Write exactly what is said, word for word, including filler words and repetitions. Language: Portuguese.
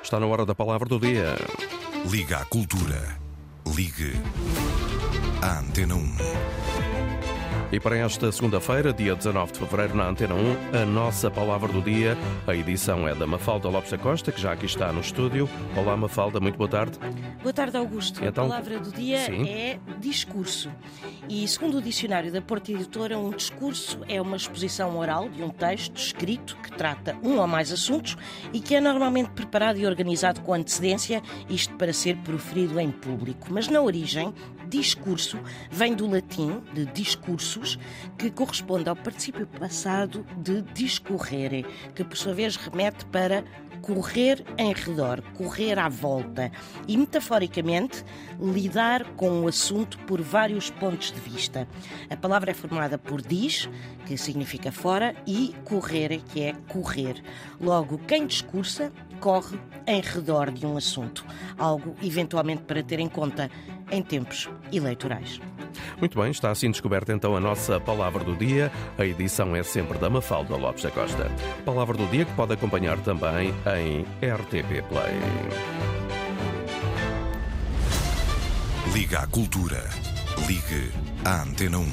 Está na hora da palavra do dia. Liga à Cultura. Ligue à Antena um. E para esta segunda-feira, dia dezanove de fevereiro, na Antena um, a nossa palavra do dia. A edição é da Mafalda Lopes da Costa, que já aqui está no estúdio. Olá, Mafalda, muito boa tarde. Boa tarde, Augusto. Então, a palavra do dia sim. é discurso. E, segundo o dicionário da Porta Editora, um discurso é uma exposição oral de um texto escrito que trata um ou mais assuntos e que é normalmente preparado e organizado com antecedência, isto para ser proferido em público. Mas, na origem, discurso vem do latim, de discursos, que corresponde ao particípio passado de discorrere, que por sua vez remete para correr em redor, correr à volta e, metaforicamente, lidar com o assunto por vários pontos de vista. A palavra é formada por dis, que significa fora, e correre, que é correr. Logo, quem discursa, corre em redor de um assunto, algo eventualmente para ter em conta em tempos eleitorais. Muito bem, está assim descoberta então a nossa palavra do dia. A edição é sempre da Mafalda Lopes da Costa. Palavra do dia que pode acompanhar também em R T P Play. Liga à Cultura. Ligue à Antena um.